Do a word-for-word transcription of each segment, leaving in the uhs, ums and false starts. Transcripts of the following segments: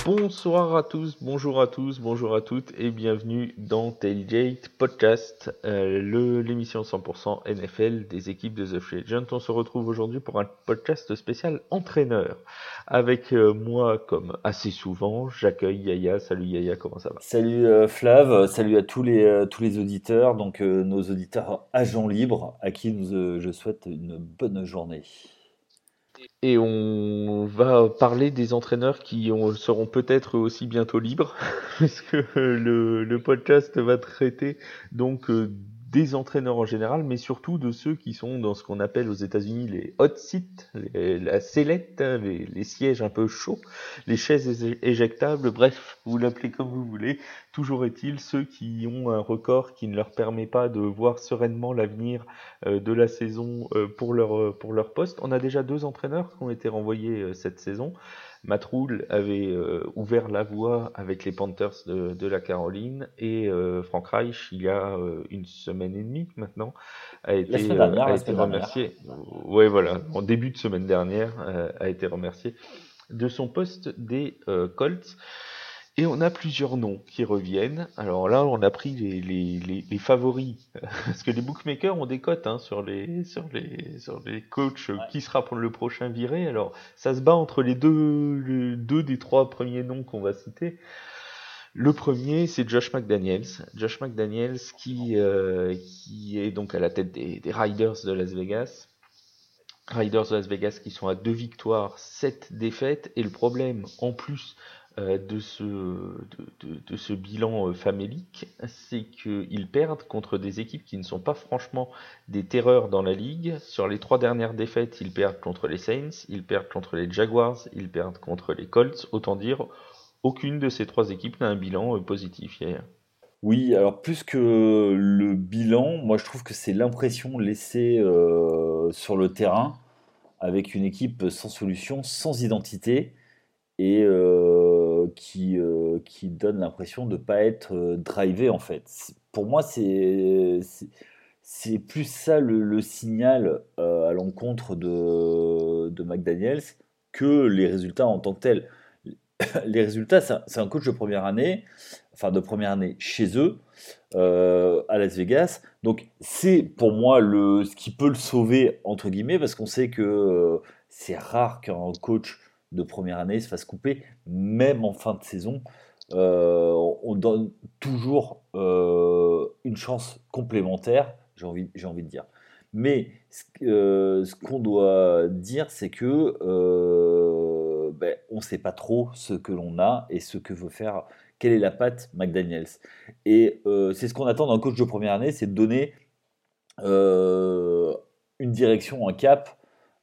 Bonsoir à tous, bonjour à tous, bonjour à toutes et bienvenue dans Tailgate Podcast, euh, le, l'émission cent pour cent N F L des équipes de The Free Agent. On se retrouve aujourd'hui pour un podcast spécial entraîneur. Avec euh, moi, comme assez souvent, j'accueille Yaya. Salut Yaya, comment ça va? Salut euh, Flav, euh, salut à tous les, euh, tous les auditeurs, donc euh, nos auditeurs agents libres, à qui nous, euh, je souhaite une bonne journée. Et on va parler des entraîneurs qui ont- seront peut-être aussi bientôt libres, puisque le, le podcast va traiter donc euh, des entraîneurs en général, mais surtout de ceux qui sont dans ce qu'on appelle aux États-Unis les hot seats, les- la sellette, hein, les, les sièges un peu chauds, les chaises é- éjectables, bref, vous l'appelez comme vous voulez. Toujours est-il ceux qui ont un record qui ne leur permet pas de voir sereinement l'avenir euh, de la saison euh, pour leur euh, pour leur poste. On a déjà deux entraîneurs qui ont été renvoyés euh, cette saison. Matt Rhule avait euh, ouvert la voie avec les Panthers de, de la Caroline et euh, Frank Reich, il y a euh, une semaine et demie maintenant, a La été semaine euh, dernière, a la été semaine dernière. remercié. Ouais, voilà, en début de semaine dernière, euh, a été remercié de son poste des euh, Colts. Et on a plusieurs noms qui reviennent. Alors là, on a pris les, les, les, les favoris. Parce que les bookmakers ont des cotes hein, sur, les, sur, les, sur les coachs Ouais. qui sera pour le prochain viré. Alors ça se bat entre les deux, les deux des trois premiers noms qu'on va citer. Le premier, c'est Josh McDaniels. Josh McDaniels qui, euh, qui est donc à la tête des, des Riders de Las Vegas. Riders de Las Vegas qui sont à deux victoires, sept défaites. Et le problème, en plus euh, de, ce, de, de, de ce bilan euh, famélique, c'est qu'ils perdent contre des équipes qui ne sont pas franchement des terreurs dans la ligue. Sur les trois dernières défaites, ils perdent contre les Saints, ils perdent contre les Jaguars, ils perdent contre les Colts. Autant dire, aucune de ces trois équipes n'a un bilan euh, positif hier. Oui, alors plus que le bilan, moi je trouve que c'est l'impression laissée euh, sur le terrain avec une équipe sans solution, sans identité et euh, qui, euh, qui donne l'impression de ne pas être euh, drivé en fait. C'est- Pour moi, c'est c'est c'est plus ça le, le signal euh, à l'encontre de, de McDaniels que les résultats en tant que tels. Les résultats, c'est un, c'est un coach de première année, enfin de première année chez eux, euh, à Las Vegas. Donc c'est pour moi le, ce qui peut le sauver, entre guillemets, parce qu'on sait que euh, c'est rare qu'un coach de première année se fasse couper, même en fin de saison. Euh, on donne toujours euh, une chance complémentaire, j'ai envie, j'ai envie de dire. Mais ce, euh, ce qu'on doit dire, c'est que euh, ben, on ne sait pas trop ce que l'on a et ce que veut faire, quelle est la patte McDaniels. Et euh, c'est ce qu'on attend d'un coach de première année, c'est de donner euh, une direction, un cap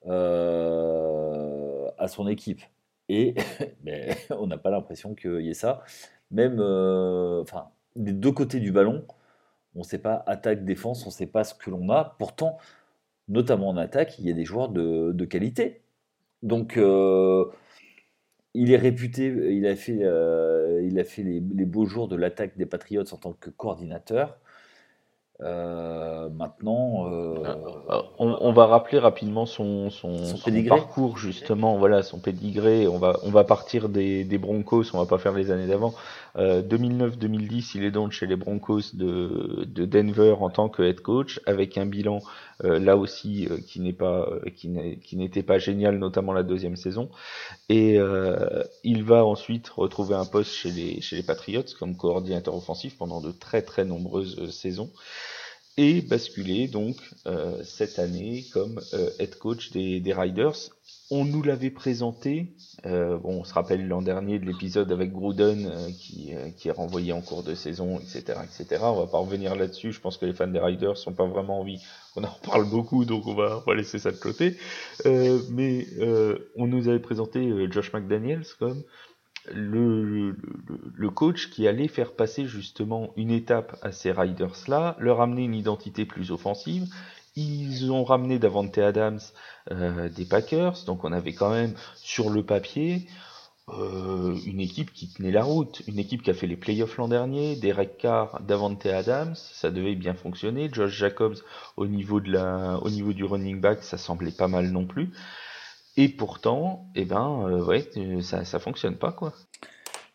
euh, à son équipe. Et ben, on n'a pas l'impression qu'il y ait ça. Même, euh, enfin, des deux côtés du ballon, on ne sait pas attaque, défense, on ne sait pas ce que l'on a. Pourtant, notamment en attaque, il y a des joueurs de, de qualité. Donc, euh, il est réputé, il a fait, euh, il a fait les, les beaux jours de l'attaque des Patriots en tant que coordinateur. Euh, maintenant, Euh, euh, euh, on, on va rappeler rapidement son, son, son son pédigré. parcours justement, voilà, son pédigré. On va, on va partir des, des Broncos, on va pas faire les années d'avant. Euh, deux mille neuf deux mille dix, il est donc chez les Broncos de, de Denver en tant que head coach, avec un bilan euh, là aussi euh, qui n'est pas, euh, qui n'est- qui n'était pas génial, notamment la deuxième saison. Et euh, il va ensuite retrouver un poste chez les, chez les Patriots comme coordinateur offensif pendant de très très nombreuses euh, saisons et basculer donc euh, cette année comme euh, head coach des, des Riders. On nous l'avait présenté, euh, bon, on se rappelle l'an dernier de l'épisode avec Gruden euh, qui, euh, qui est renvoyé en cours de saison, et cetera, et cetera. On va pas revenir là-dessus. Je pense que les fans des Riders sont pas vraiment envie qu'on en reparle beaucoup, donc on va, on va laisser ça de côté. Euh, mais euh, on nous avait présenté euh, Josh McDaniels comme le, le, le coach qui allait faire passer justement une étape à ces Riders-là, leur amener une identité plus offensive. Ils ont ramené Davante Adams euh, des Packers, donc on avait quand même sur le papier euh, une équipe qui tenait la route, une équipe qui a fait les playoffs l'an dernier, Derek Carr, Davante Adams, ça devait bien fonctionner. Josh Jacobs au niveau de la, au niveau du running back, ça semblait pas mal non plus. Et pourtant, eh ben, euh, ouais, ça, ça fonctionne pas quoi.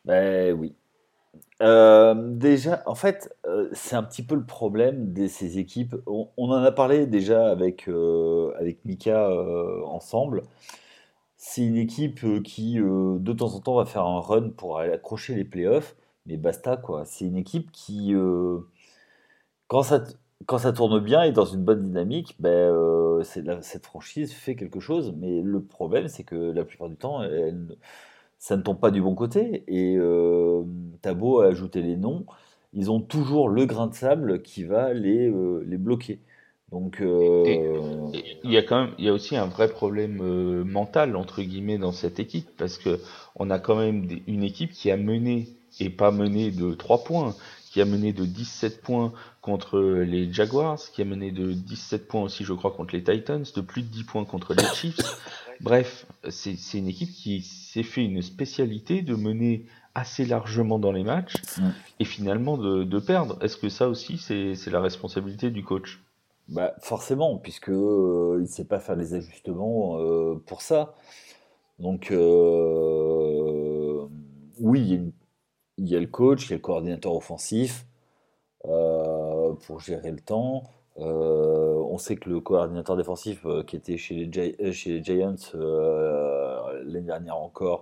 Ben oui. Euh, déjà, en fait, euh, c'est un petit peu le problème de ces équipes. On, on en a parlé déjà avec, euh, avec Mika euh, ensemble. C'est une équipe euh, qui, euh, de temps en temps, va faire un run pour aller accrocher les playoffs, mais basta quoi. C'est une équipe qui, euh, quand ça, t- quand ça tourne bien et dans une bonne dynamique, ben, euh, c'est la- cette franchise fait quelque chose. Mais le problème, c'est que la plupart du temps, elle ne- ça ne tombe pas du bon côté. Et euh, t'as beau ajouter les noms, ils ont toujours le grain de sable qui va les, euh, les bloquer. Donc, Et euh, et il y a quand même, il y a aussi un vrai problème euh, mental entre guillemets dans cette équipe parce que on a quand même des- une équipe qui a mené et pas mené de trois points, qui a mené de dix-sept points contre les Jaguars, qui a mené de dix-sept points aussi, je crois, contre les Titans, de plus de dix points contre les Chiefs. Bref, c'est c'est une équipe qui s'est fait une spécialité de mener assez largement dans les matchs et finalement de, de perdre. Est-ce que ça aussi c'est c'est la responsabilité du coach? bah, forcément, puisque euh, il ne sait pas faire les ajustements euh, pour ça. Donc, euh, oui, il y, a une- il y a le coach, il y a le coordinateur offensif euh, pour gérer le temps. Euh, on sait que le coordinateur défensif euh, qui était chez les, Gi- euh, chez les Giants euh, l'année dernière encore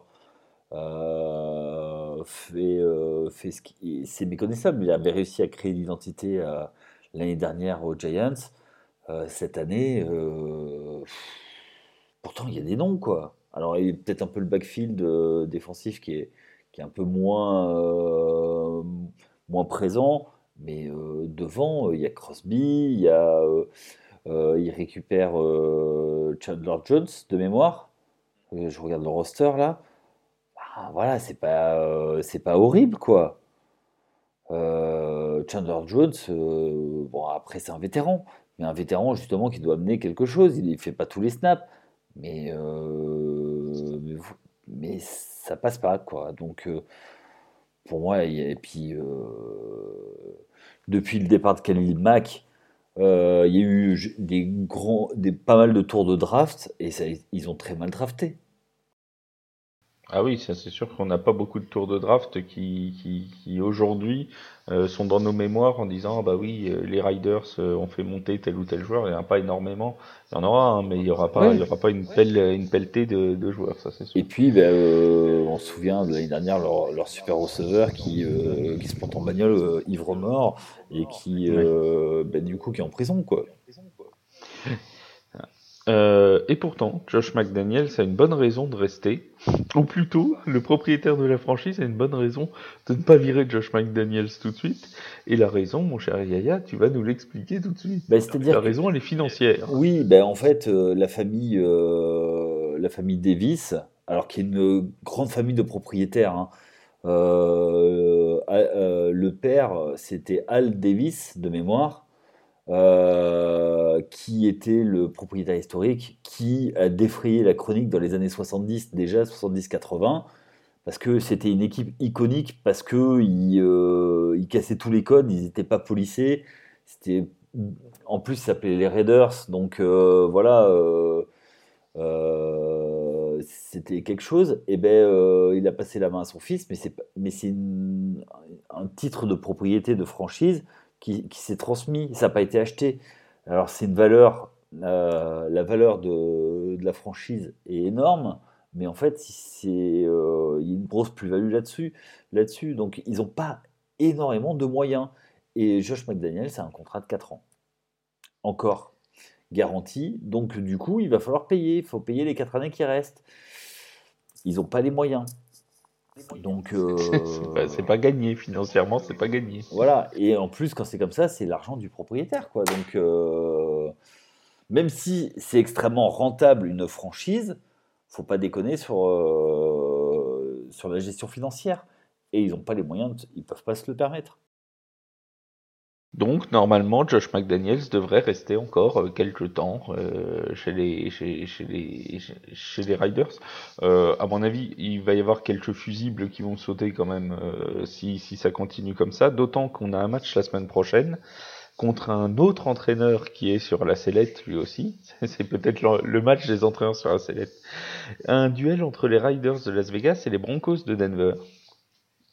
euh, fait, euh, fait ce qui c'est méconnaissable. Il avait réussi à créer l'identité euh, l'année dernière aux Giants. Euh, cette année, euh, pourtant il y a des noms quoi. Alors il y a peut-être un peu le backfield euh, défensif qui est, qui est un peu moins, euh, moins présent, mais euh, devant euh, il y a Crosby, il y a, euh, euh, il récupère euh, Chandler Jones de mémoire. Euh, Je regarde le roster là. Ah, voilà, c'est pas, euh, c'est pas horrible quoi. Euh, Chandler Jones, euh, bon après c'est un vétéran, mais un vétéran justement qui doit amener quelque chose. Il ne fait pas tous les snaps, mais, euh, mais, vous- mais ça passe pas quoi. Donc euh, pour moi, il y a- et puis euh, depuis le départ de Khalil Mack, euh, il y a eu j- des grands, des, pas mal de tours de draft et ça- ils ont très mal drafté. Ah oui, ça c'est sûr qu'on n'a pas beaucoup de tours de draft qui, qui, qui aujourd'hui euh, sont dans nos mémoires en disant ah bah oui euh, les Riders euh, ont fait monter tel ou tel joueur. Il n'y en a pas énormément. Il y en aura, hein, mais il y aura pas il y Oui. aura pas une pelle une pelletée de, de joueurs, ça c'est Et sûr. puis, ben, euh, on se souvient de l'année dernière, leur, leur super receveur qui, euh, qui se porte en bagnole euh, ivre-mort et qui, Oui. euh, ben, du coup, qui est en prison, quoi. Euh, et pourtant, Josh McDaniels a une bonne raison de rester, ou plutôt, le propriétaire de la franchise a une bonne raison de ne pas virer Josh McDaniels tout de suite. Et la raison, mon cher Yaya, tu vas nous l'expliquer tout de suite. Ben, La c'est-à-dire que, raison, elle est financière. oui, ben, en fait, euh, la famille, euh, la famille Davis, alors qu'il y a une grande famille de propriétaires, hein, euh, euh, le père, c'était Al Davis, de mémoire. Euh, qui était le propriétaire historique, qui a défrayé la chronique dans les années soixante-dix, déjà soixante-dix quatre-vingts, parce que c'était une équipe iconique, parce que ils, euh, ils cassaient tous les codes, ils n'étaient pas policés. C'était, en plus, ça s'appelait les Raiders, donc euh, voilà, euh, euh, c'était quelque chose. Et ben, euh, il a passé la main à son fils, mais c'est pas- mais c'est une- un titre de propriété de franchise qui, qui s'est transmis. Ça n'a pas été acheté. Alors c'est une valeur, euh, la valeur de, de la franchise est énorme, mais en fait si c'est, euh, il y a une grosse plus-value là-dessus, là-dessus. Donc ils n'ont pas énormément de moyens. Et Josh McDaniel, c'est un contrat de quatre ans. Encore garantie. Donc, du coup, il va falloir payer. Il faut payer les quatre années qui restent. Ils n'ont pas les moyens. Donc, c'est pas, euh, c'est pas gagné, financièrement, c'est pas gagné. voilà. Et en plus, quand c'est comme ça, c'est l'argent du propriétaire, quoi. Donc, euh, même si c'est extrêmement rentable une franchise, faut pas déconner sur, euh, sur la gestion financière. Et ils n'ont pas les moyens, de- ils peuvent pas se le permettre. Donc, normalement, Josh McDaniels devrait rester encore euh, quelques temps euh, chez les chez, chez les chez, chez les Riders. Euh, à mon avis, il va y avoir quelques fusibles qui vont sauter quand même euh, si si ça continue comme ça. D'autant qu'on a un match la semaine prochaine contre un autre entraîneur qui est sur la sellette lui aussi. C'est peut-être le, le match des entraîneurs sur la sellette. Un duel entre les Riders de Las Vegas et les Broncos de Denver.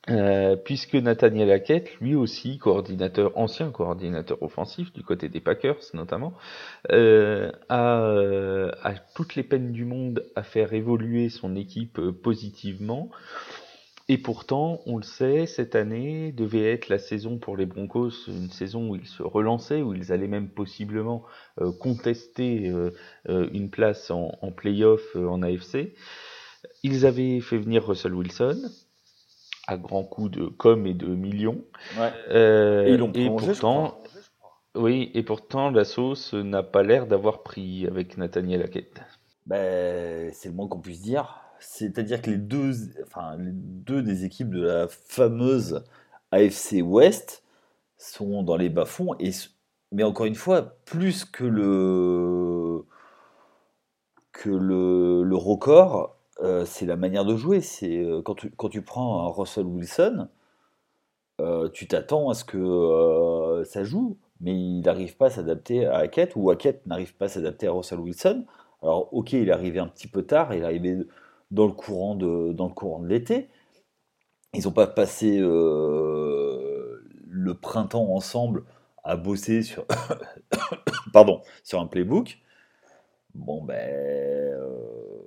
Euh, puisque Nathaniel Hackett, lui aussi coordinateur, ancien coordinateur offensif du côté des Packers notamment, euh, a, euh, a toutes les peines du monde à faire évoluer son équipe euh, positivement. Et pourtant, on le sait, cette année devait être la saison pour les Broncos, une saison où ils se relançaient, où ils allaient même possiblement euh, contester euh, euh, une place en, en play-off euh, en A F C. Ils avaient fait venir Russell Wilson à grands coups de com et de millions. Ouais. Euh, Et ils l'ont et prolongé, je crois. pourtant, oui, et pourtant la sauce n'a pas l'air d'avoir pris avec Nathaniel Hackett. Ben, c'est le moins qu'on puisse dire. C'est-à-dire que les deux, enfin, les deux des équipes de la fameuse A F C West sont dans les bas-fonds. Et, s- mais encore une fois, plus que le, que le, le record, euh, c'est la manière de jouer. C'est euh, quand tu, quand tu prends un Russell Wilson, euh, tu t'attends à ce que euh, ça joue, mais il n'arrive pas à s'adapter à Hackett, ou Hackett n'arrive pas à s'adapter à Russell Wilson. Alors, ok, il est arrivé un petit peu tard, il est arrivé dans le courant de, dans le courant de l'été. Ils n'ont pas passé euh, le printemps ensemble à bosser sur, pardon, sur un playbook. Bon, ben. euh,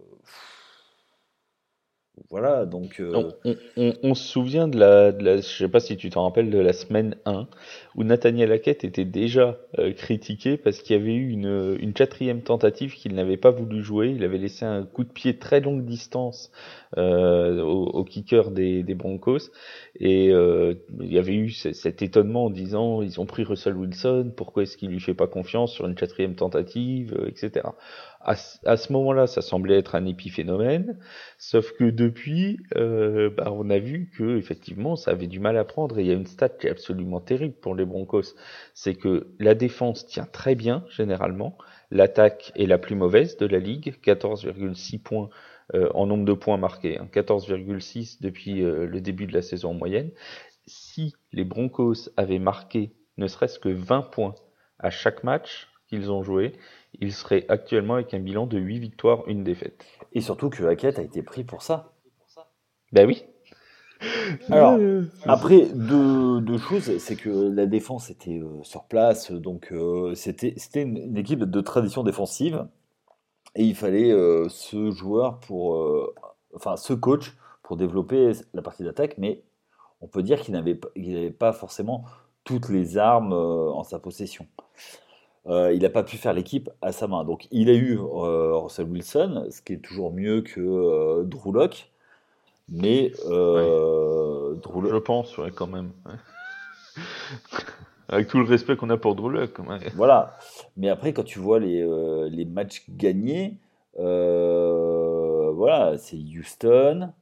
voilà, donc. On, euh, on- on- on se souvient de la, de la, je sais pas si tu t'en rappelles, de la semaine un, où Nathaniel Hackett était déjà euh, critiqué parce qu'il y avait eu une, une quatrième tentative qu'il n'avait pas voulu jouer. Il avait laissé un coup de pied très longue distance euh, au, au kicker des, des Broncos. Et euh, il y avait eu ce- cet étonnement en disant, ils ont pris Russell Wilson, pourquoi est-ce qu'il lui fait pas confiance sur une quatrième tentative, euh, et cetera. À, ce- à ce moment-là, ça semblait être un épiphénomène. Sauf que depuis, euh, bah, on a vu que effectivement, ça avait du mal à prendre. Et il y a une stat qui est absolument terrible pour les Broncos, c'est que la défense tient très bien généralement, l'attaque est la plus mauvaise de la ligue, quatorze virgule six points euh, en nombre de points marqués, hein, quatorze virgule six depuis euh, le début de la saison en moyenne. Si les Broncos avaient marqué ne serait-ce que vingt points à chaque match qu'ils ont joué, ils seraient actuellement avec un bilan de huit victoires, une défaite. et surtout que Hackett a été pris pour ça. Ben oui. Alors, Euh, c'est ça. après, deux, deux choses, c'est que la défense était euh, sur place, donc euh, c'était c'était une, une équipe de tradition défensive, et il fallait euh, ce joueur pour, euh, enfin ce coach pour développer la partie d'attaque, mais on peut dire qu'il n'avait pas, il n'avait pas forcément toutes les armes euh, en sa possession. Euh, il n'a pas pu faire l'équipe à sa main. Donc il a eu euh, Russell Wilson, ce qui est toujours mieux que euh, Drew Lock, mais Ouais, euh, Drew je Lock- pense, ouais, quand même. Ouais. Avec tout le respect qu'on a pour Drew Luck, ouais. voilà. Mais après, quand tu vois les, euh, les matchs gagnés, euh, voilà, c'est Houston.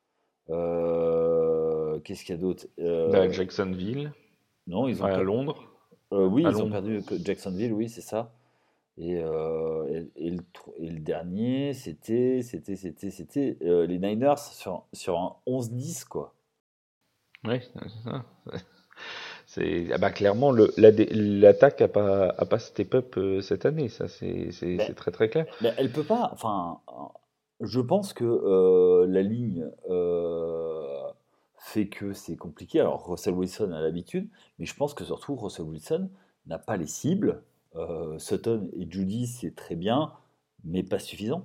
euh, qu'est-ce qu'il y a d'autre? À Euh, Jacksonville, non, ils ont à per- Londres, euh, oui, à ils ont Londres. perdu que Jacksonville, oui, c'est ça. Et, euh, et, et le, tro- et le dernier, c'était, c'était, c'était, c'était euh, les Niners sur, sur un onze dix, quoi. Ouais, c'est ça. C'est ah bah clairement le la dé- l'attaque a pas a pas step up euh, cette année, ça c'est c'est c'est Mais, très très clair. mais elle peut pas. Enfin, je pense que euh, la ligne euh, fait que c'est compliqué. Alors, Russell Wilson a l'habitude, mais je pense que surtout Russell Wilson n'a pas les cibles. Euh, Sutton et Judy, c'est très bien, mais pas suffisant.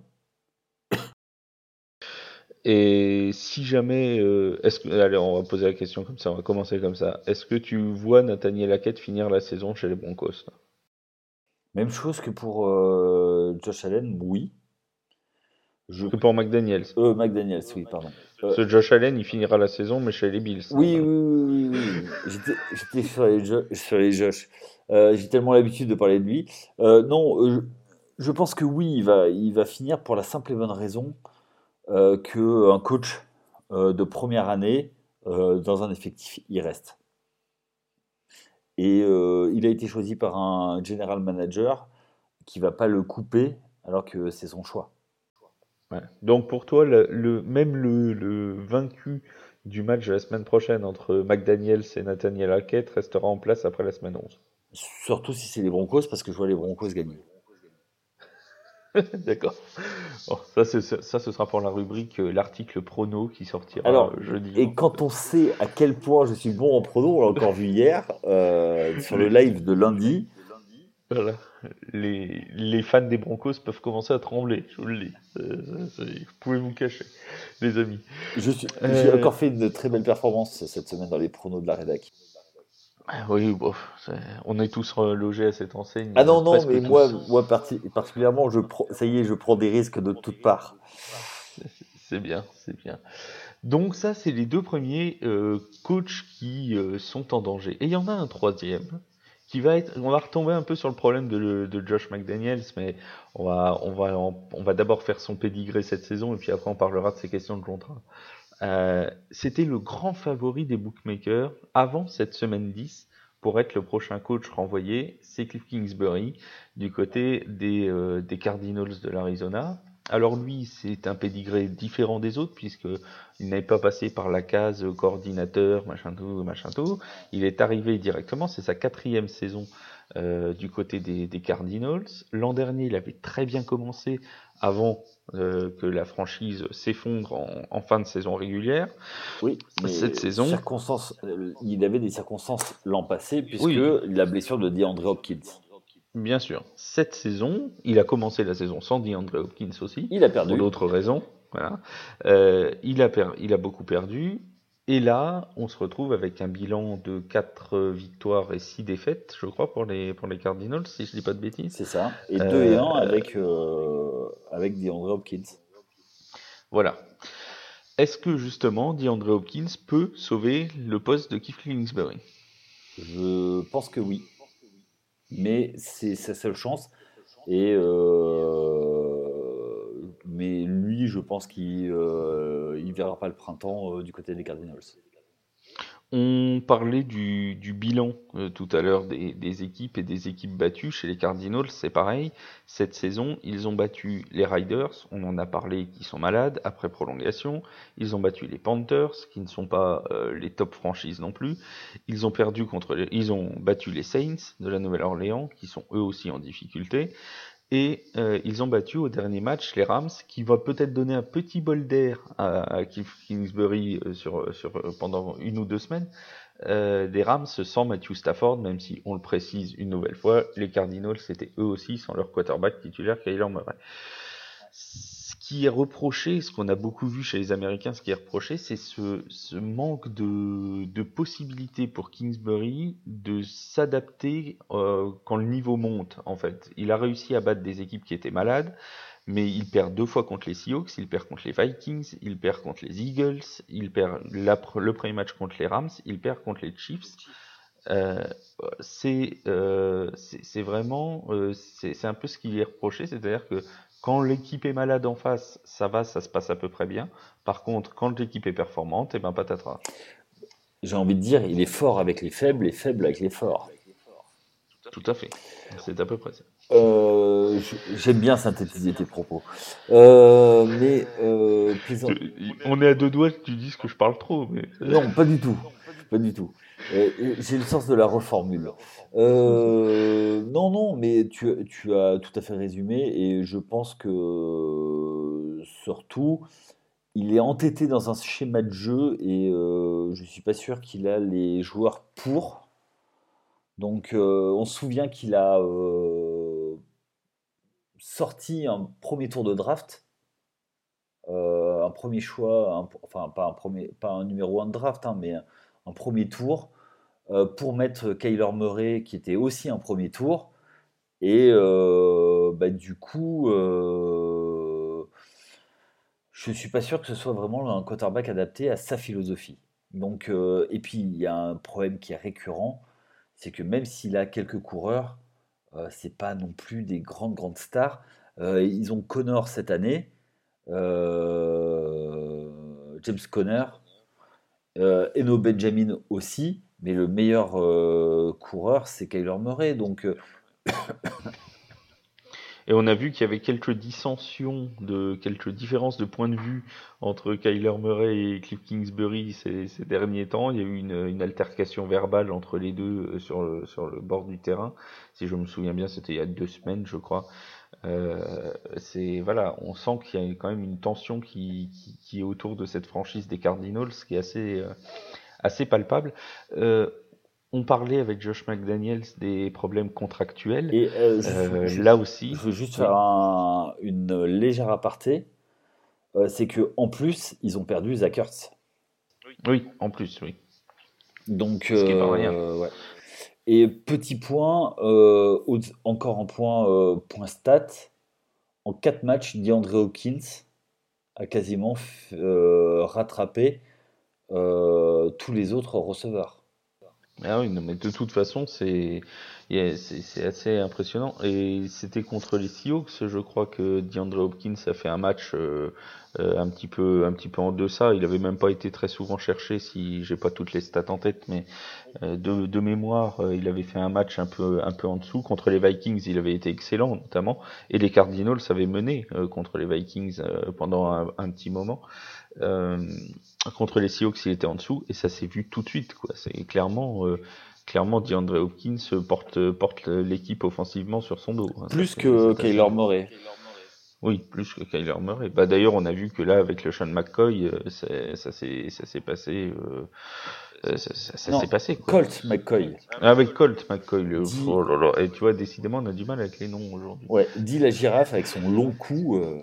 Et si jamais euh, est-ce que allez, on va poser la question comme ça, on va commencer comme ça. Est-ce que tu vois Nathaniel Hackett finir la saison chez les Broncos là? Même chose que pour euh, Josh Allen, oui. Je, Que pour McDaniels. euh, McDaniels, oui, pardon. Euh, Ce Josh Allen, il finira la saison mais chez les Bills, hein. oui, oui, oui, oui, oui. J'étais, j'étais sur les, Jo- sur les Josh. Euh, j'ai tellement l'habitude de parler de lui. Euh, non, euh, je, je pense que oui, il va, il va finir pour la simple et bonne raison euh, que un coach euh, de première année euh, dans un effectif, il reste. Et euh, il a été choisi par un general manager qui va pas le couper alors que c'est son choix. Ouais. Donc pour toi, le, le- même le, le vaincu du match de la semaine prochaine entre McDaniels et Nathaniel Hackett restera en place après la semaine onze. Surtout si c'est les Broncos, parce que je vois les Broncos gagner. D'accord. Bon, ça, c'est, ça, ce sera pour la rubrique euh, l'article prono qui sortira Alors, euh, jeudi. et quand on sait à quel point je suis bon en prono, on l'a encore vu hier, euh, sur le Les, live de lundi. voilà. Les, les fans des Broncos peuvent commencer à trembler, je vous le dis. C'est- c'est- vous pouvez vous cacher, les amis. Je suis- J'ai Euh, encore fait une très belle performance cette semaine dans les pronos de la rédac. oui, bon, c'est- on est tous logés à cette enseigne, Ah euh, non, non, mais presque moi, tous. moi parti- particulièrement, je pro- ça y est, je prends des risques de toutes parts. C'est bien, c'est bien. Donc ça, c'est les deux premiers euh, coachs qui euh, sont en danger. Et il y en a un troisième qui va être. On va retomber un peu sur le problème de, de Josh McDaniels, mais on va, on va, en- on va d'abord faire son pédigré cette saison et puis après on parlera de ses questions de contrat. Euh, C'était le grand favori des bookmakers avant cette semaine dix pour être le prochain coach renvoyé. C'est Cliff Kingsbury du côté des, euh, des Cardinals de l'Arizona. Alors lui, c'est un pédigré différent des autres puisque il n'avait pas passé par la case coordinateur, machin tout, machin tout. Il est arrivé directement, c'est sa quatrième saison euh, du côté des, des Cardinals. L'an dernier, il avait très bien commencé avant euh, que la franchise s'effondre en, en fin de saison régulière. Oui, mais Cette saison, circonstances, euh, il avait des circonstances l'an passé, puisque oui, la blessure de DeAndre Hopkins. bien sûr. Cette saison, il a commencé la saison sans DeAndre Hopkins aussi, Il a pour perdu. d'autres raisons. Voilà. Euh, il, a per- il a beaucoup perdu. Et là, on se retrouve avec un bilan de quatre victoires et six défaites, je crois, pour les, pour les Cardinals, si je dis pas de bêtises. C'est ça. Et deux et Euh, un avec, euh, avec DeAndre Hopkins. voilà. Est-ce que justement DeAndre Hopkins peut sauver le poste de Cliff Kingsbury? Je pense que oui. Mais c'est sa seule chance. Et euh, mais lui, je pense qu'il euh, il verra pas le printemps euh, du côté des Cardinals. On parlait du, du bilan euh, tout à l'heure des, des équipes et des équipes battues. Chez les Cardinals, c'est pareil. Cette saison, ils ont battu les Riders, on en a parlé, qui sont malades, après prolongation. Ils ont battu les Panthers, qui ne sont pas euh, les top franchises non plus. Ils ont perdu contre les, ils ont battu les Saints de la Nouvelle-Orléans, qui sont eux aussi en difficulté. Et euh, ils ont battu au dernier match les Rams, qui va peut-être donner un petit bol d'air à, à Cliff Kingsbury euh, sur, sur, euh, pendant une ou deux semaines. Euh, des Rams sans Matthew Stafford, même si on le précise une nouvelle fois, les Cardinals c'était eux aussi sans leur quarterback titulaire Kyler Murray. Ce qui est reproché, ce qu'on a beaucoup vu chez les Américains, ce qui est reproché, c'est ce, ce manque de, de possibilités pour Kingsbury de s'adapter euh, quand le niveau monte, en fait. Il a réussi à battre des équipes qui étaient malades, mais il perd deux fois contre les Seahawks, il perd contre les Vikings, il perd contre les Eagles, il perd la, le premier match contre les Rams, il perd contre les Chiefs. Euh, c'est euh, c'est vraiment euh, c'est c'est un peu ce qui est reproché, c'est-à-dire que quand l'équipe est malade en face, ça va, ça se passe à peu près bien. Par contre, quand l'équipe est performante, et ben patatras. J'ai envie de dire, il est fort avec les faibles et faible avec les forts. Tout à fait. C'est à peu près ça. Euh, je- j'aime bien synthétiser tes propos. Euh, mais euh, plaisant- On est à deux doigts que tu dises que je parle trop, mais Non, pas du tout. Pas du tout. Euh, j'ai le sens de la reformule. Euh, non, non, mais tu, tu as tout à fait résumé et je pense que surtout, il est entêté dans un schéma de jeu et euh, je suis pas sûr qu'il a les joueurs pour. Donc, euh, on se souvient qu'il a euh, sorti un premier tour de draft, euh, un premier choix, un- enfin pas un premier, pas un numéro un de draft, hein, mais un, un premier tour euh, pour mettre Kyler Murray, qui était aussi un premier tour. Et euh, bah, du coup, euh, je suis pas sûr que ce soit vraiment un quarterback adapté à sa philosophie. Donc, euh, et puis il y a un problème qui est récurrent, c'est que même s'il a quelques coureurs, euh, c'est pas non plus des grandes grandes stars. Euh, ils ont Connor cette année, euh, James Conner, euh, Eno Benjamin aussi, mais le meilleur euh, coureur c'est Kyler Murray. Donc euh, et on a vu qu'il y avait quelques dissensions, de quelques différences de point de vue entre Kyler Murray et Cliff Kingsbury ces, ces derniers temps. Il y a eu une, une altercation verbale entre les deux euh, sur le, sur le bord du terrain. Si je me souviens bien, c'était il y a deux semaines, je crois. Euh, c'est voilà, on sent qu'il y a quand même une tension qui, qui, qui est autour de cette franchise des Cardinals, qui est assez euh, assez palpable. Euh, on parlait avec Josh McDaniels des problèmes contractuels. Et euh, je, Euh, je- là aussi, je veux juste faire oui, un- une légère aparté. Euh, c'est que en plus, ils ont perdu Zach Ertz. oui, en plus, oui, Donc, ce qui est pas rien. euh, ouais. Et petit point, euh, au- encore un point, euh, point stat. En quatre matchs, DeAndre Hopkins a quasiment f- euh, rattrapé euh, tous les autres receveurs. Ah oui, non, mais de toute façon, c'est il y a- c'est c'est assez impressionnant. Et c'était contre les Seahawks, je crois que DeAndre Hopkins a fait un match euh, euh, un petit peu un petit peu en deçà. Il avait même pas été très souvent cherché, si j'ai pas toutes les stats en tête, mais euh, de, de mémoire, euh, il avait fait un match un peu un peu en dessous. Contre les Vikings, il avait été excellent notamment, et les Cardinals avaient mené euh, contre les Vikings euh, pendant un, un petit moment. Euh, Contre les Seahawks, il était en dessous et ça s'est vu tout de suite, quoi. C'est clairement, euh, clairement, DeAndre Hopkins porte, porte l'équipe offensivement sur son dos, hein. Ça, Plus c'est, que c'est assez... Kyler Murray. Oui, plus que Kyler Murray. Bah, d'ailleurs, on a vu que là, avec le Sean McCoy, euh, c'est- ça s'est, ça s'est passé, euh, euh, ça, ça- ça s'est Non, passé, quoi. Colt McCoy. Ah, avec Colt McCoy, le, Dit, oh là là. Et tu vois, décidément, on a du mal avec les noms aujourd'hui. ouais, dit la girafe avec son long cou. euh,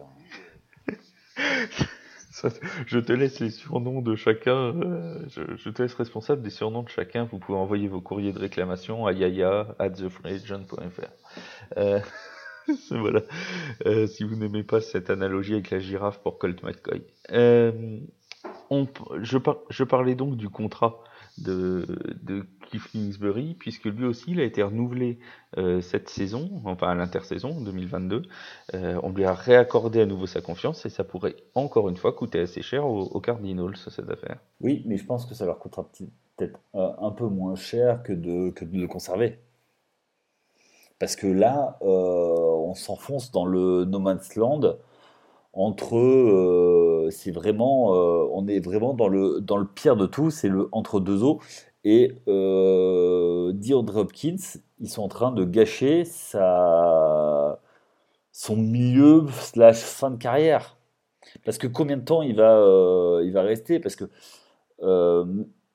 Ça, je te laisse les surnoms de chacun. euh, je, je te laisse responsable des surnoms de chacun. Vous pouvez envoyer vos courriers de réclamation à yaya at the free agent point f r. Euh, voilà. Euh, si vous n'aimez pas cette analogie avec la girafe pour Colt McCoy. Euh, on, je, par, je parlais donc du contrat de, de Cliff Kingsbury, puisque lui aussi il a été renouvelé euh, cette saison, enfin à l'intersaison deux mille vingt-deux. Euh, on lui a réaccordé à nouveau sa confiance et ça pourrait encore une fois coûter assez cher aux, aux Cardinals, cette affaire. Oui, mais je pense que ça leur coûtera petit- peut-être euh, un peu moins cher que de, que de le conserver. Parce que là, euh, on s'enfonce dans le no man's land entre. Euh, c'est vraiment. Euh, on est vraiment dans le, dans le pire de tout, c'est le entre deux eaux. Et euh, DeAndre Hopkins, ils sont en train de gâcher sa, son milieu slash fin de carrière. Parce que combien de temps il va, euh, il va rester? Parce que. euh,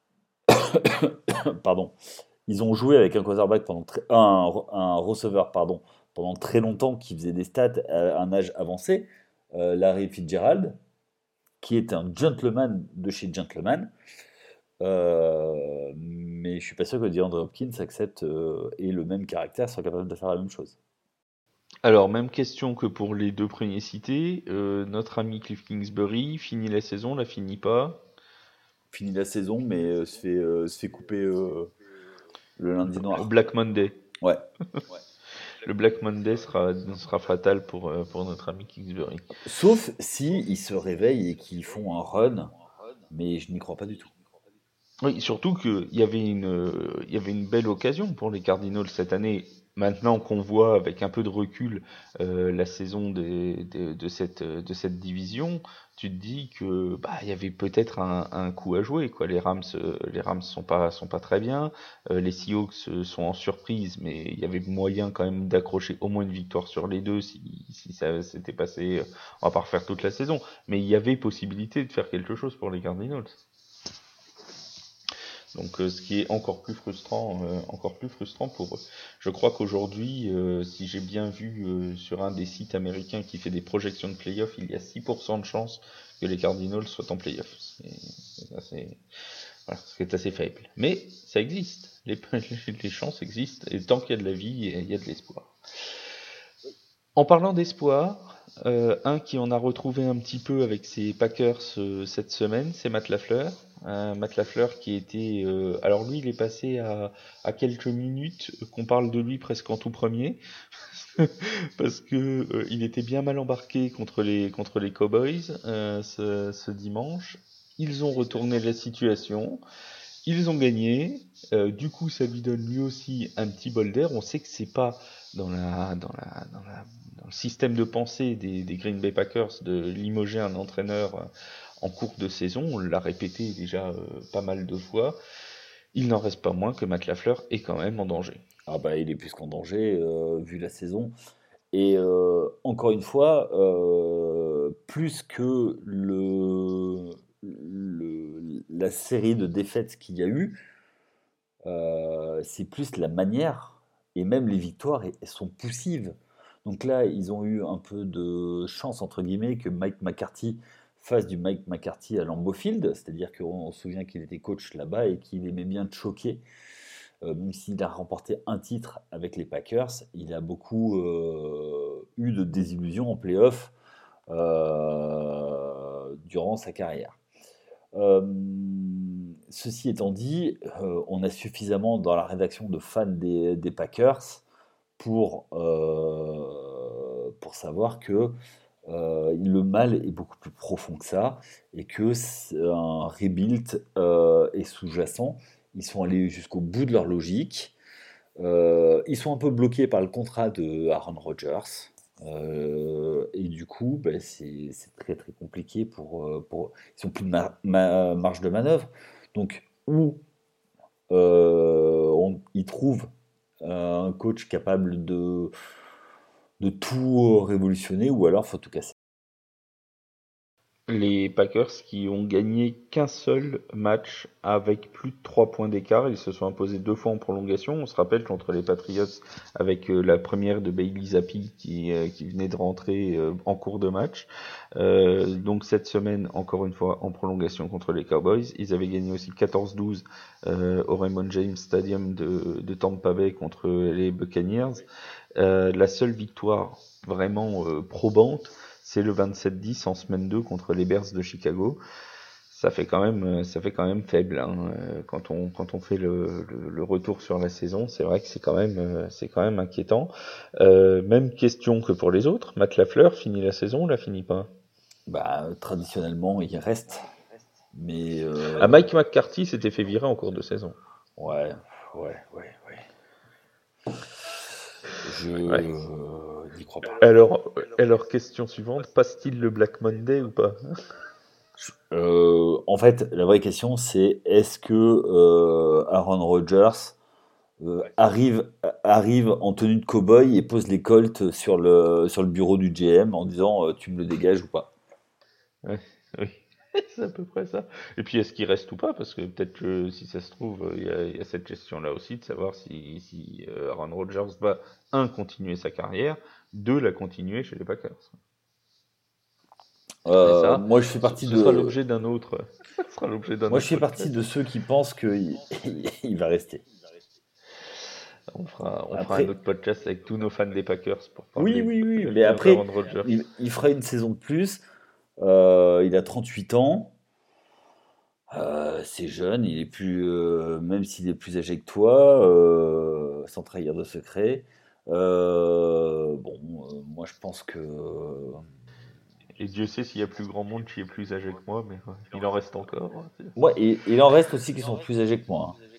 pardon. Ils ont joué avec un quarterback pendant très, un, un receveur pardon, pendant très longtemps qui faisait des stats à un âge avancé, euh, Larry Fitzgerald, qui est un gentleman de chez Gentleman. Euh, mais je suis pas sûr que DeAndre Hopkins accepte euh, et le même caractère soit capable de faire la même chose. Alors, même question que pour les deux premiers cités. Euh, notre ami Cliff Kingsbury finit la saison, la finit pas. Fini la saison, mais euh, se, fait, euh, se fait couper euh, le lundi Au noir. Black Monday. Ouais. Le Black Monday sera, sera fatal pour, euh, pour notre ami Kingsbury. Sauf si ils se réveillent et qu'ils font un run, mais je n'y crois pas du tout. Oui, surtout qu'il y avait une, euh, il y avait une belle occasion pour les Cardinals cette année. Maintenant qu'on voit avec un peu de recul euh, la saison des, des- de cette de cette division, tu te dis que bah il y avait peut-être un, un coup à jouer, quoi. Les Rams euh, les Rams sont pas sont pas très bien. Euh, les Seahawks euh, sont en surprise, mais il y avait moyen quand même d'accrocher au moins une victoire sur les deux si si ça s'était passé. euh, On va pas refaire toute la saison, mais il y avait possibilité de faire quelque chose pour les Cardinals. Donc, euh, ce qui est encore plus frustrant, euh, encore plus frustrant pour eux. Je crois qu'aujourd'hui, euh, si j'ai bien vu euh, sur un des sites américains qui fait des projections de playoffs, il y a six pour cent de chances que les Cardinals soient en playoffs. C'est, c'est assez, voilà, ce qui est assez faible. Mais ça existe. Les, les chances existent. Et tant qu'il y a de la vie, il y a de l'espoir. En parlant d'espoir, euh, un qui en a retrouvé un petit peu avec ses Packers euh, cette semaine, c'est Matt Lafleur. Euh, Matt Lafleur qui était... euh, alors lui, il est passé à, à quelques minutes qu'on parle de lui presque en tout premier, parce que euh, il était bien mal embarqué contre les, contre les Cowboys euh, ce, ce dimanche. Ils ont retourné la situation. Ils ont gagné, euh, du coup ça lui donne lui aussi un petit bol d'air. On sait que c'est pas dans la dans la dans la dans le système de pensée des, des Green Bay Packers de limoger un entraîneur euh, en cours de saison. On l'a répété déjà euh, pas mal de fois. Il n'en reste pas moins que Matt Lafleur est quand même en danger. Ah bah il est plus qu'en danger euh, vu la saison. Et euh, encore une fois, euh, plus que le, le- la série de défaites qu'il y a eu, euh, c'est plus la manière, et même les victoires elles sont poussives. Donc là, ils ont eu un peu de chance, entre guillemets, que Mike McCarthy fasse du Mike McCarthy à Lambeau Field, c'est-à-dire qu'on on se souvient qu'il était coach là-bas et qu'il aimait bien choquer. Euh, même s'il a remporté un titre avec les Packers, il a beaucoup euh, eu de désillusions en playoff euh, durant sa carrière. Euh, Ceci étant dit, euh, on a suffisamment dans la rédaction de fans des, des Packers pour, euh, pour savoir que euh, le mal est beaucoup plus profond que ça et que c'est un rebuild euh, est sous-jacent. Ils sont allés jusqu'au bout de leur logique. Euh, ils sont un peu bloqués par le contrat de Aaron Rodgers. Euh, et du coup, ben, c'est c'est très très compliqué pour, euh, pour... Ils n'ont plus de ma- ma- marge de manœuvre. Donc, ou euh, on- ils trouvent un coach capable de, de tout révolutionner, ou alors faut tout casser. Les Packers qui ont gagné qu'un seul match avec plus de trois points d'écart. Ils se sont imposés deux fois en prolongation. On se rappelle contre les Patriots avec euh, la première de Bailey Zappi qui, euh, qui venait de rentrer euh, en cours de match. Euh, donc cette semaine, encore une fois, en prolongation contre les Cowboys. Ils avaient gagné aussi quatorze douze euh, au Raymond James Stadium de, de Tampa Bay contre les Buccaneers. Euh, la seule victoire vraiment euh, probante, c'est le vingt-sept dix en semaine deux contre les Bears de Chicago. Ça fait quand même, ça fait quand même faible hein. Quand on quand on fait le, le, le retour sur la saison, c'est vrai que c'est quand même c'est quand même inquiétant. Euh, même question que pour les autres. Matt Lafleur finit la saison, ou la finit pas? Bah, traditionnellement, il reste. Mais Ah, euh, Mike McCarthy s'était fait virer en cours de saison. ouais, ouais, ouais, ouais. Je Ouais. euh, n'y crois pas. Alors, alors question suivante, passe-t-il le Black Monday ou pas? Euh, en fait, la vraie question, c'est est-ce que euh, Aaron Rodgers euh, arrive, arrive en tenue de cow-boy et pose les colts sur le, sur le bureau du G M en disant euh, tu me le dégages ou pas? Ouais, oui, c'est à peu près ça. Et puis est-ce qu'il reste ou pas? Parce que peut-être que si ça se trouve, il y a, il y a cette question-là aussi de savoir si, si euh, Aaron Rodgers va, un, continuer sa carrière, deux, la continuer chez les Packers. Mais Euh, ça, moi, je fais ce, partie ce sera de, l'objet d'un autre, ce sera l'objet d'un moi, je autre fais partie podcast. de ceux qui pensent qu'il il va rester. On fera, on fera un Après, autre podcast avec tous nos fans des Packers pour oui, parler oui, oui, de mais l'avenir après, d'Aaron Rodgers. il, il fera une saison de plus. Euh, il a trente-huit ans. Euh, c'est jeune, il est plus, euh, même s'il est plus âgé que toi, euh, sans trahir de secret. Euh, bon, euh, moi je pense que Et Dieu sait s'il y a plus grand monde qui est plus âgé que moi, mais ouais, il en reste encore. Hein, ouais, et il en reste aussi qui sont plus âgés que moi, hein.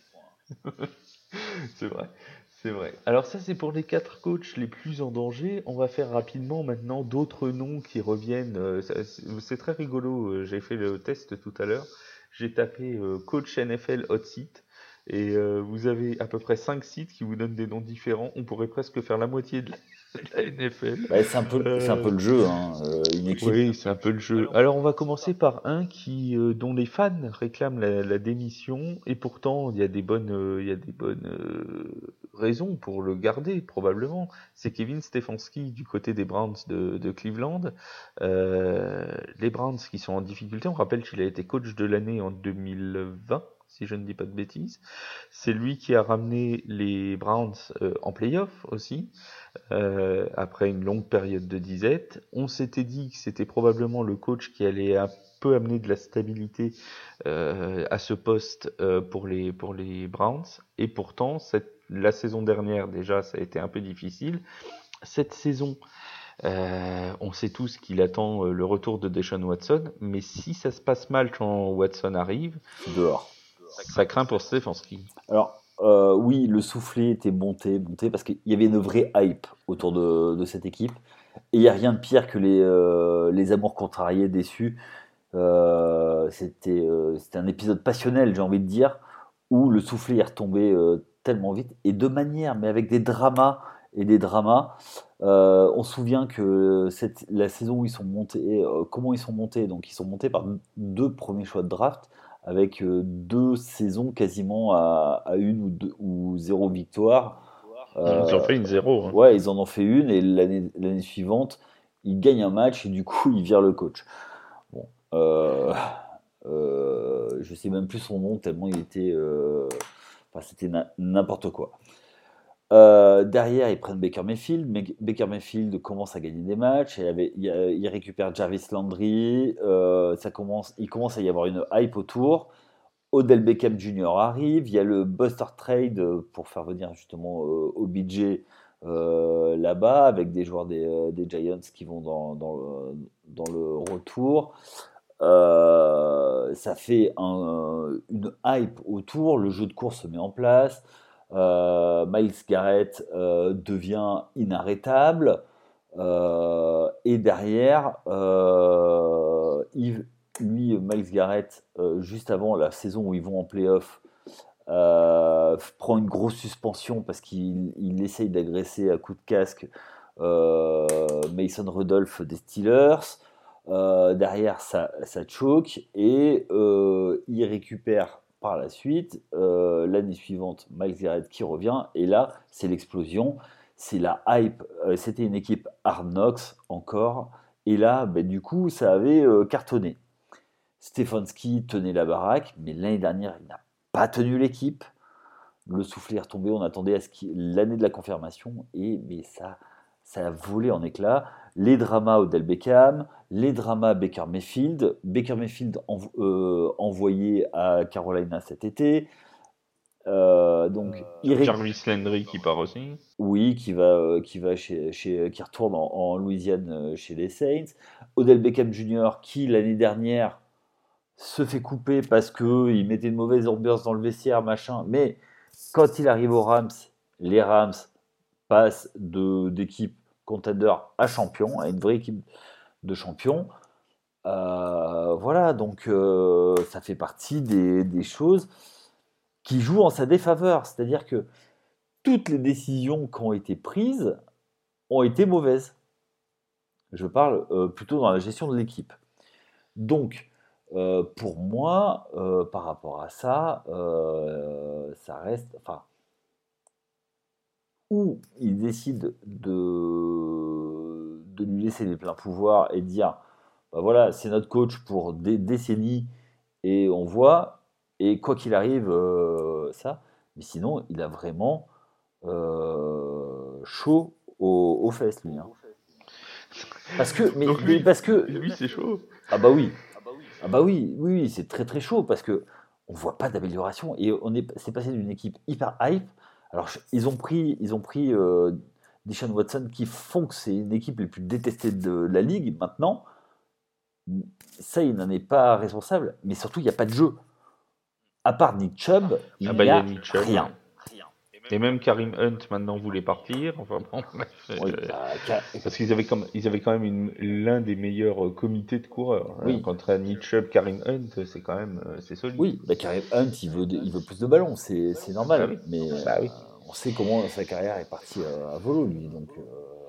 c'est vrai, c'est vrai. Alors ça, c'est pour les quatre coachs les plus en danger. On va faire rapidement maintenant d'autres noms qui reviennent. Euh, ça- C'est c'est très rigolo. euh, J'ai fait le test tout à l'heure. J'ai tapé euh, coach N F L hot seat et euh, vous avez à peu près cinq sites qui vous donnent des noms différents. On pourrait presque faire la moitié de la, de la N F L. Bah, c'est un peu, c'est un peu Euh, le jeu, hein. Euh, une équipe. oui, c'est un peu le jeu. Alors, on va commencer par un qui, euh, dont les fans réclament la, la démission, et pourtant, il y a des bonnes, euh, il y a des bonnes euh, raisons pour le garder, probablement. C'est Kevin Stefanski du côté des Browns de, de Cleveland. Euh, les Browns qui sont en difficulté, on rappelle qu'il a été coach de l'année en deux mille vingt, si je ne dis pas de bêtises. C'est lui qui a ramené les Browns euh, en playoff aussi. Euh, après une longue période de disette. On s'était dit que c'était probablement le coach qui allait un peu amener de la stabilité euh, à ce poste euh, pour les pour les Browns. Et pourtant, cette, la saison dernière déjà, ça a été un peu difficile. Cette saison, euh, on sait tous qu'il attend euh, le retour de Deshaun Watson, mais si ça se passe mal quand Watson arrive, Dehors. ça craint pour Stefanski. Alors, euh, oui, le soufflet était monté, monté, parce qu'il y avait une vraie hype autour de, de cette équipe. Et il n'y a rien de pire que les, euh, les amours contrariés, déçus. Euh, c'était, euh, c'était un épisode passionnel, j'ai envie de dire, où le soufflet est retombé euh, tellement vite, et de manière, mais avec des dramas. et des dramas. Euh, on se souvient que cette, la saison où ils sont montés, euh, comment ils sont montés, donc ils sont montés par deux premiers choix de draft avec euh, deux saisons quasiment à, à une ou, deux, ou zéro victoire. Ils ont Euh, fait une zéro. Hein. ouais, ils en ont fait une et l'année, l'année suivante, ils gagnent un match et du coup, ils virent le coach. Bon, euh, euh, je sais même plus son nom tellement il était, euh, enfin, c'était na- n'importe quoi. Euh, derrière, ils prennent Baker Mayfield. Mais Baker Mayfield commence à gagner des matchs. Il, avait, il, a- il récupère Jarvis Landry. Euh, ça commence, il commence à y avoir une hype autour. Odell Beckham Junior arrive. Il y a le Buster Trade euh, pour faire venir justement euh, O B J euh, là-bas avec des joueurs des, euh, des Giants qui vont dans, dans, le, dans le retour. Euh, ça fait un- une hype autour, le jeu de course se met en place, euh, Myles Garrett euh, devient inarrêtable, euh, et derrière, euh, Yves- lui, Myles Garrett, euh, juste avant la saison où ils vont en playoff, euh, prend une grosse suspension parce qu'il il essaye d'agresser à coups de casque euh, Mason Rudolph des Steelers. Euh, derrière, ça, ça choke et euh, il récupère par la suite euh, l'année suivante Miles Garrett qui revient et là c'est l'explosion, c'est la hype. Euh, c'était une équipe Hard Knocks encore et là ben, du coup ça avait euh, cartonné. Stefanski tenait la baraque, mais l'année dernière il n'a pas tenu l'équipe. Le soufflet est retombé, on attendait à ce qu'il- l'année de la confirmation, et mais ça, ça a volé en éclats. Les dramas Odell Beckham, les dramas Baker Mayfield, Baker Mayfield env- euh, envoyé à Carolina cet été, euh, donc il ré- Jarvis Landry qui part aussi. oui, qui va, euh, qui va chez, chez- qui retourne en, en Louisiane euh, chez les Saints. Odell Beckham Junior qui l'année dernière se fait couper parce que il mettait une mauvaise ambiance dans le vestiaire, machin, mais quand il arrive aux Rams, les Rams passent de, d'équipe contender à champion, à une vraie équipe de champion. Euh, voilà, donc euh, ça fait partie des, des choses qui jouent en sa défaveur. C'est-à-dire que toutes les décisions qui ont été prises ont été mauvaises. Je parle euh, plutôt dans la gestion de l'équipe. Donc, euh, pour moi, euh, par rapport à ça, euh, ça reste. Enfin, ou il décide de, de lui laisser les pleins pouvoirs et de dire bah voilà, c'est notre coach pour des décennies et on voit, et quoi qu'il arrive, euh, ça. Mais sinon, il a vraiment euh, chaud aux, aux fesses, lui. Hein. Parce que, mais, Donc mais lui, parce que, lui c'est chaud. ah bah oui, ah bah oui, oui, oui, c'est très très chaud parce que on voit pas d'amélioration et on est, c'est passé d'une équipe hyper hype. Alors je- ils ont pris, ils ont pris euh, Deshaun Watson qui font que c'est une équipe les plus détestées de la ligue maintenant. Ça, il n'en est pas responsable, mais surtout il n'y a pas de jeu. À part Nick Chubb, Ah il bah n'y il y a a Nick Chubb, rien. ouais. Et même Karim Hunt maintenant voulait partir. Enfin bon, bref, Oui, euh, bah, Ka- parce qu'ils avaient comme ils avaient quand même une- l'un des meilleurs euh, comités de coureurs. Hein. oui, Contre Nick Chubb, Karim Hunt, c'est quand même euh, c'est solide. oui, bah, Kareem Hunt, il veut, de- il veut plus de ballons, c'est c'est Bah normal. oui, Mais euh, bah oui. on sait comment sa carrière est partie à, à volo, lui. Donc, euh,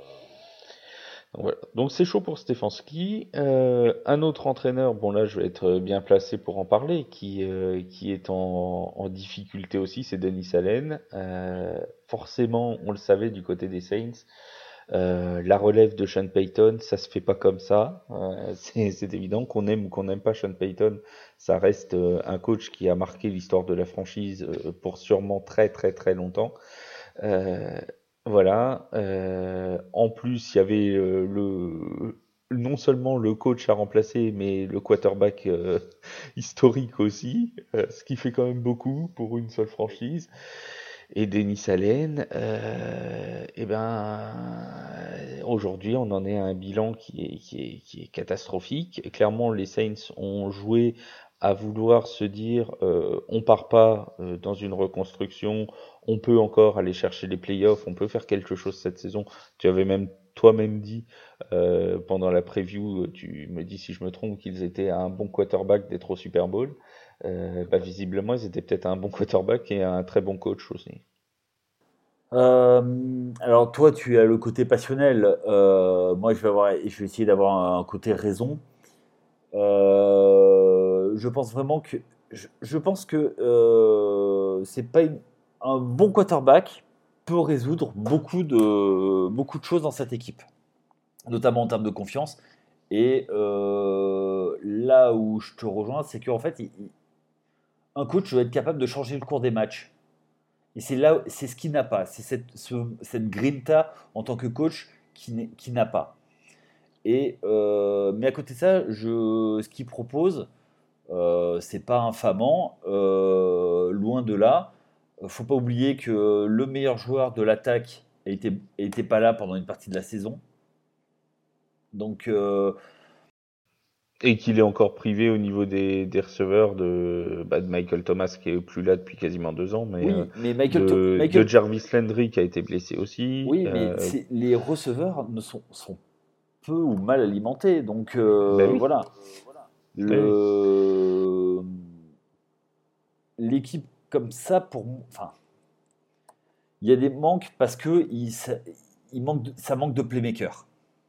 Donc, voilà. Donc c'est chaud pour Stefanski. Euh, un autre entraîneur, bon là je vais être bien placé pour en parler, qui, euh, qui est en, en difficulté aussi, c'est Denis Allen. Euh, forcément, on le savait du côté des Saints, euh, la relève de Sean Payton, ça se fait pas comme ça. Euh, c'est, c'est évident qu'on aime ou qu'on n'aime pas Sean Payton, ça reste euh, un coach qui a marqué l'histoire de la franchise euh, pour sûrement très très très longtemps. Euh, voilà. Euh, en plus, il y avait euh, le non seulement le coach à remplacer, mais le quarterback euh, historique aussi, euh, ce qui fait quand même beaucoup pour une seule franchise. Et Denis Allen, euh, eh ben, aujourd'hui, on en est à un bilan qui est, qui est, qui est catastrophique. Et clairement, les Saints ont joué à vouloir se dire, euh, on part pas euh, dans une reconstruction, on peut encore aller chercher les playoffs, on peut faire quelque chose cette saison. Tu avais même toi-même dit euh, pendant la preview, tu me dis si je me trompe, qu'ils étaient à un bon quarterback d'être au Super Bowl. Euh, bah, visiblement, ils étaient peut-être un bon quarterback et un très bon coach aussi. Euh, alors toi, tu as le côté passionnel. Euh, moi, je vais avoir, je vais essayer d'avoir un côté raison. Euh, je pense vraiment que je, je pense que euh, c'est pas une- un bon quarterback peut résoudre beaucoup de beaucoup de choses dans cette équipe, notamment en termes de confiance. Et euh, là où je te rejoins, c'est qu'en fait, il- il- un coach doit être capable de changer le cours des matchs. Et c'est là, c'est ce qu'il n'a pas. C'est cette, ce- cette grinta en tant que coach qui, n'est- qui n'a pas. Et euh, mais à côté de ça, je, ce qu'il propose, euh, c'est pas infamant, euh, loin de là. Faut pas oublier que le meilleur joueur de l'attaque était, était pas là pendant une partie de la saison. Donc euh, Et qu'il est encore privé au niveau des, des receveurs de, bah, de Michael Thomas qui est plus là depuis quasiment deux ans, mais euh, oui, mais Michael, To- de, de Michael, Jarvis Landry qui a été blessé aussi. oui, mais Euh, c'est- les receveurs ne sont, sont peu ou mal alimentés. Donc ben euh, oui, voilà. ben oui. Le l'équipe comme ça pour moi- enfin il y a des manques parce que il, ça, il manque de- ça manque de playmaker.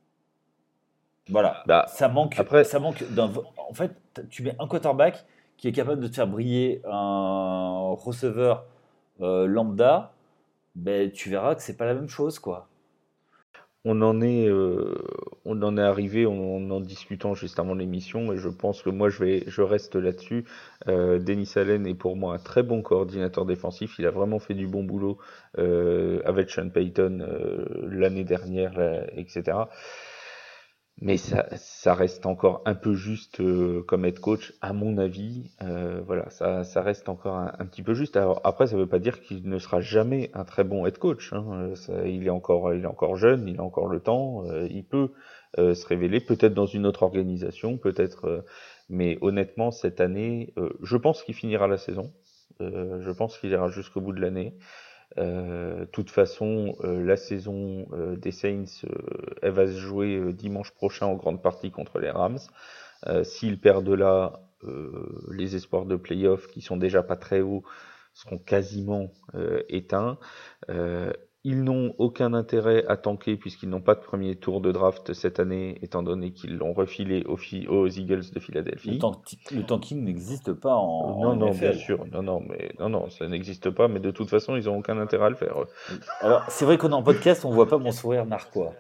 Voilà, Bah, ça manque après, ça manque d'un en fait tu mets un quarterback qui est capable de te faire briller un receveur euh, lambda, ben tu verras que c'est pas la même chose quoi. on en est, euh, on en est arrivé en en discutant juste avant l'émission, et je pense que moi je vais, je reste là-dessus. Euh, Dennis Allen est pour moi un très bon coordinateur défensif. Il a vraiment fait du bon boulot euh, avec Sean Payton euh, l'année dernière, là, et cetera. Mais ça, ça reste encore un peu juste euh, comme head coach, à mon avis. Euh, voilà, ça, ça reste encore un, un petit peu juste. Alors après, ça veut pas dire qu'il ne sera jamais un très bon head coach, hein. Euh, ça- il est encore, il est encore jeune, il a encore le temps. Euh, il peut euh, se révéler, peut-être dans une autre organisation, peut-être. Euh, mais honnêtement, cette année, euh, je pense qu'il finira la saison. Euh, je pense qu'il ira jusqu'au bout de l'année. Euh, de toute façon, euh, la saison euh, des Saints, euh, elle va se jouer euh, dimanche prochain en grande partie contre les Rams. Euh, S'ils perdent là, euh, les espoirs de playoff, qui sont déjà pas très hauts, seront quasiment euh, éteints. Euh, Ils n'ont aucun intérêt à tanker puisqu'ils n'ont pas de premier tour de draft cette année, étant donné qu'ils l'ont refilé aux, aux Eagles de Le, Philadelphie. tank- le tanking n'existe pas Euh, en, en Non, non, bien N F L. sûr, non, non, mais non, non, ça n'existe pas, mais de toute façon, ils n'ont aucun intérêt à le faire. Oui. Alors, c'est vrai qu'on est en podcast, on voit pas mon sourire narquois.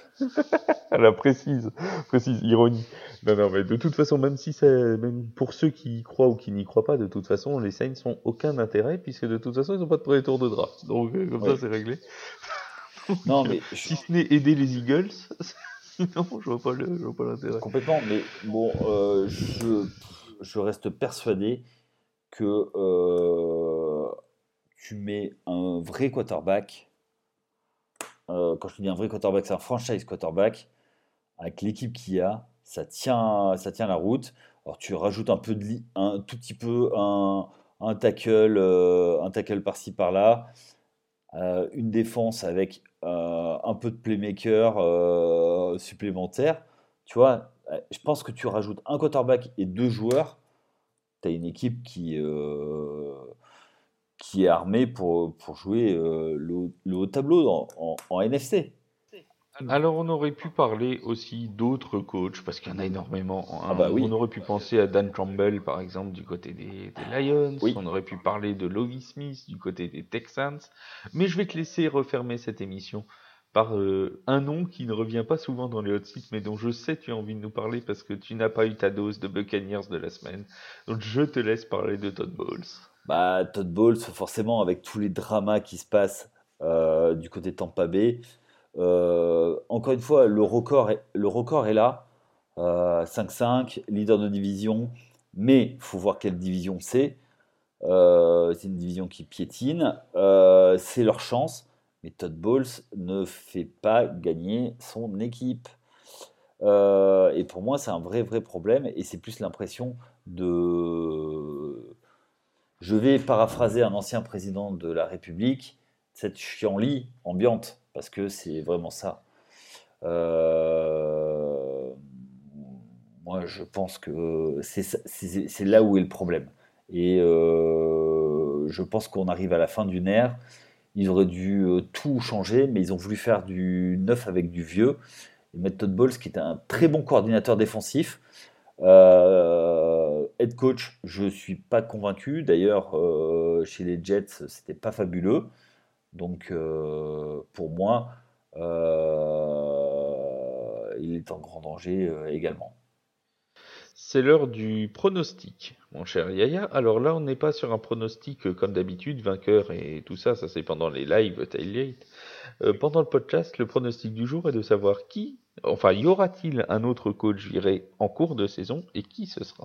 À la précise, précise, ironie. Non, non, mais de toute façon, même si ça, même pour ceux qui y croient ou qui n'y croient pas, de toute façon, les Saints n'ont aucun intérêt, puisque de toute façon, ils n'ont pas de premier tour de draft. Donc, euh, comme ça, Oui. c'est réglé. Non, Donc, euh, mais je- si ce n'est aider les Eagles, sinon, je vois pas le, je vois pas l'intérêt. complètement. Mais bon, euh, je, je reste persuadé que euh, tu mets un vrai quarterback. Euh, quand je te dis un vrai quarterback, c'est un franchise quarterback. Avec l'équipe qu'il y a, ça tient, ça tient la route. Alors tu rajoutes un peu de li- un tout petit peu un, un tackle, euh, un tackle par-ci par-là, euh, une défense avec euh, un peu de playmaker euh, supplémentaire. Tu vois, euh, je pense que tu rajoutes un quarterback et deux joueurs, tu as une équipe qui, euh, qui est armée pour, pour jouer euh, le, haut le haut tableau en, en- en N F C. Alors, on aurait pu parler aussi d'autres coachs, parce qu'il y en a énormément, Ah hein. bah On oui, aurait pu penser à Dan Campbell, par exemple, du côté des, des Lions. oui. On aurait pu parler de Lovie Smith, du côté des Texans. Mais je vais te laisser refermer cette émission par euh, un nom qui ne revient pas souvent dans les hot seats, mais dont je sais tu as envie de nous parler parce que tu n'as pas eu ta dose de Buccaneers de la semaine. Donc, je te laisse parler de Todd Bowles. Bah, Todd Bowles, forcément, avec tous les dramas qui se passent euh, du côté de Tampa Bay. Euh, encore une fois, le record est, le record est là. Euh, cinq cinq, leader de division. Mais il faut voir quelle division c'est. Euh, c'est une division qui piétine. Euh, c'est leur chance. Mais Todd Bowles ne fait pas gagner son équipe. Euh, et pour moi, c'est un vrai, vrai problème. Et c'est plus l'impression de je vais paraphraser un ancien président de la République, cette chienlit ambiante, parce que c'est vraiment ça. Euh, Moi, je pense que c'est c'est- c'est là où est le problème. Et euh, je pense qu'on arrive à la fin d'une ère. Ils auraient dû euh, tout changer, mais ils ont voulu faire du neuf avec du vieux. Et mettre Todd Bowles, qui était un très bon coordinateur défensif. Euh, head coach, je suis pas convaincu. D'ailleurs, euh, chez les Jets, c'était pas fabuleux. Donc, euh, pour moi, euh, il est en grand danger euh, également. C'est l'heure du pronostic, mon cher Yaya. Alors là, on n'est pas sur un pronostic euh, comme d'habitude, vainqueur et tout ça, ça c'est pendant les lives Tailgate. Euh, pendant le podcast, le pronostic du jour est de savoir qui, enfin, y aura-t-il un autre coach viré en cours de saison et qui ce sera?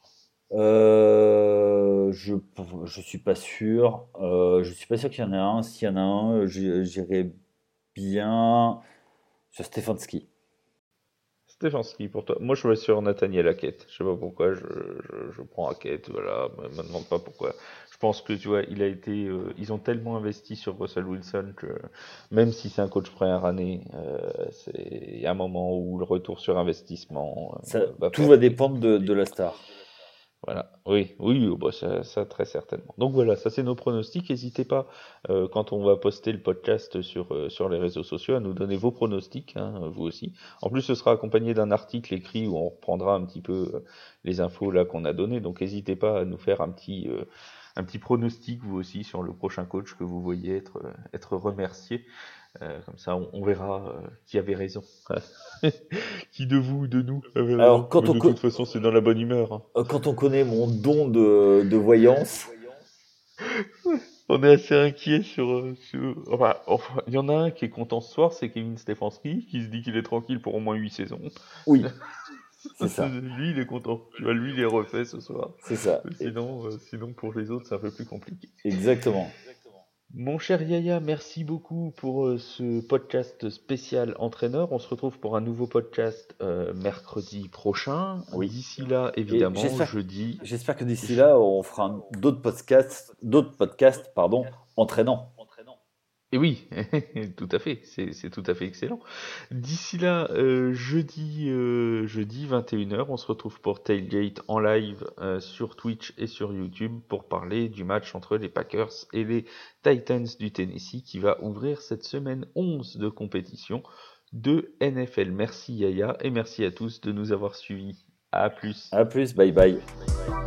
Euh, je je suis pas sûr. Euh, je suis pas sûr qu'il y en ait un. S'il y en a un, j'ai- j'irais bien sur Stefanski. Stefanski pour toi. Moi, je suis sur Nathaniel Hackett. Je sais pas pourquoi, je, je, je prends Hackett, voilà. Me, me demande pas pourquoi. Je pense que, tu vois, il a été, euh, ils ont tellement investi sur Russell Wilson que même si c'est un coach première année, euh, c'est, il y a un moment où le retour sur investissement Ça, euh, va tout faire va que, dépendre de, de la star. voilà, oui, oui, oh, bah, ça, ça, très certainement. Donc voilà, ça c'est nos pronostics. N'hésitez pas, euh, quand on va poster le podcast sur, euh, sur les réseaux sociaux, à nous donner vos pronostics, hein, vous aussi. En plus, ce sera accompagné d'un article écrit où on reprendra un petit peu euh, les infos là qu'on a données. Donc n'hésitez pas à nous faire un petit, euh, un petit pronostic, vous aussi, sur le prochain coach que vous voyez être, euh, être remercié. Euh, comme ça, on, on verra euh, qui avait raison. Qui de vous ou de nous avait raison. Alors, quand Mais on, de toute co- façon, c'est dans la bonne humeur, hein. euh, quand on connaît mon don de, de voyance, On est assez inquiet sur, euh, sur- Enfin, enfin, il y en a un qui est content ce soir, c'est Kevin Stefanski, qui se dit qu'il est tranquille pour au moins huit saisons. oui, c'est ça. Lui, il est content. Tu vois, lui, il est refait ce soir. C'est ça. Et- Sinon, euh, sinon pour les autres, c'est un peu plus compliqué. exactement. Mon cher Yaya, merci beaucoup pour euh, ce podcast spécial entraîneur. On se retrouve pour un nouveau podcast euh, mercredi prochain. Oui. D'ici là, Et évidemment, j'espère, jeudi. j'espère que d'ici là, on fera un- d'autres podcasts, d'autres podcasts, pardon, entraînants. Et oui, tout à fait, c'est c'est tout à fait excellent. D'ici là, euh, jeudi, euh, jeudi vingt et une heures, on se retrouve pour Tailgate en live euh, sur Twitch et sur YouTube pour parler du match entre les Packers et les Titans du Tennessee qui va ouvrir cette semaine onze de compétition de N F L. Merci Yaya et merci à tous de nous avoir suivis. À plus. À plus, bye bye.